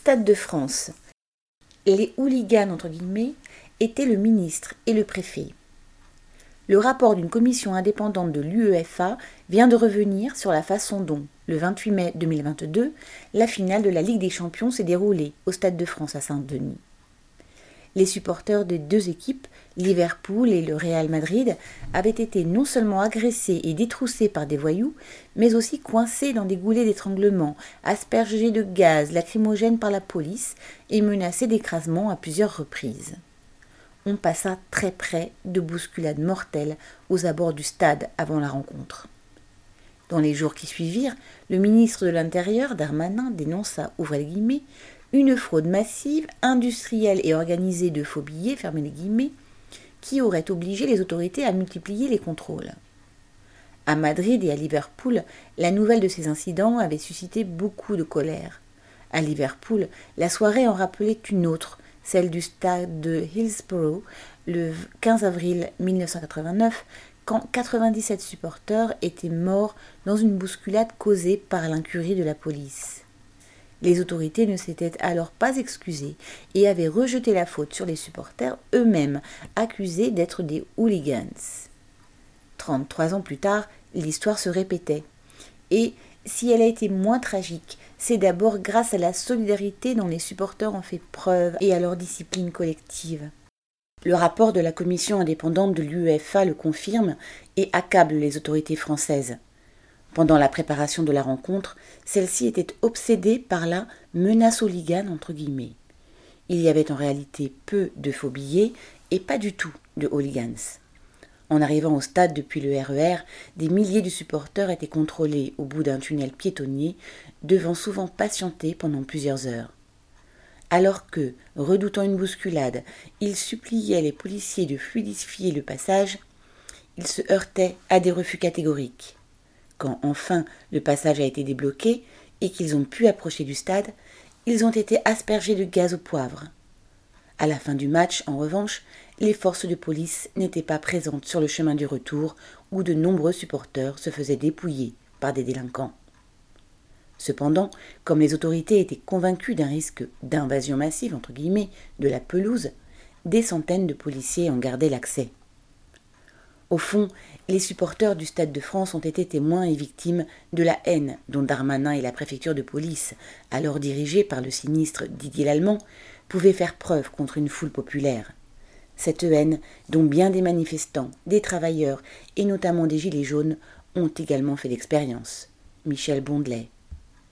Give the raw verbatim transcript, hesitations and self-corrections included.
Stade de France, les hooligans entre guillemets étaient le ministre et le préfet. Le rapport d'une commission indépendante de l'UEFA vient de revenir sur la façon dont, le vingt-huit mai deux mille vingt-deux, la finale de la Ligue des Champions s'est déroulée au Stade de France à Saint-Denis. Les supporters des deux équipes, Liverpool et le Real Madrid, avaient été non seulement agressés et détroussés par des voyous, mais aussi coincés dans des goulets d'étranglement, aspergés de gaz lacrymogène par la police et menacés d'écrasement à plusieurs reprises. On passa très près de bousculades mortelles aux abords du stade avant la rencontre. Dans les jours qui suivirent, le ministre de l'Intérieur, Darmanin, dénonça, ouvrez les guillemets, une fraude massive, industrielle et organisée de faux billets, fermez les guillemets, qui aurait obligé les autorités à multiplier les contrôles. À Madrid et à Liverpool, la nouvelle de ces incidents avait suscité beaucoup de colère. À Liverpool, la soirée en rappelait une autre, celle du stade de Hillsborough, le quinze avril mille neuf cent quatre-vingt-neuf, quand quatre-vingt-dix-sept supporters étaient morts dans une bousculade causée par l'incurie de la police. Les autorités ne s'étaient alors pas excusées et avaient rejeté la faute sur les supporters eux-mêmes, accusés d'être des hooligans. trente-trois ans plus tard, l'histoire se répétait. Et, si elle a été moins tragique, c'est d'abord grâce à la solidarité dont les supporters ont fait preuve et à leur discipline collective. Le rapport de la commission indépendante de l'UEFA le confirme et accable les autorités françaises. Pendant la préparation de la rencontre, celle-ci était obsédée par la « menace hooligan » entre guillemets. Il y avait en réalité peu de faux billets et pas du tout de hooligans. En arrivant au stade depuis le R E R, des milliers de supporters étaient contrôlés au bout d'un tunnel piétonnier, devant souvent patienter pendant plusieurs heures. Alors que, redoutant une bousculade, ils suppliaient les policiers de fluidifier le passage, ils se heurtaient à des refus catégoriques. Quand enfin le passage a été débloqué et qu'ils ont pu approcher du stade, ils ont été aspergés de gaz au poivre. À la fin du match, en revanche, les forces de police n'étaient pas présentes sur le chemin du retour où de nombreux supporters se faisaient dépouiller par des délinquants. Cependant, comme les autorités étaient convaincues d'un risque d'invasion massive entre guillemets de la pelouse, des centaines de policiers en gardaient l'accès. Au fond, les supporters du Stade de France ont été témoins et victimes de la haine dont Darmanin et la préfecture de police, alors dirigée par le sinistre Didier Lallement, pouvaient faire preuve contre une foule populaire. Cette haine dont bien des manifestants, des travailleurs et notamment des gilets jaunes ont également fait l'expérience. Michel Bondelet.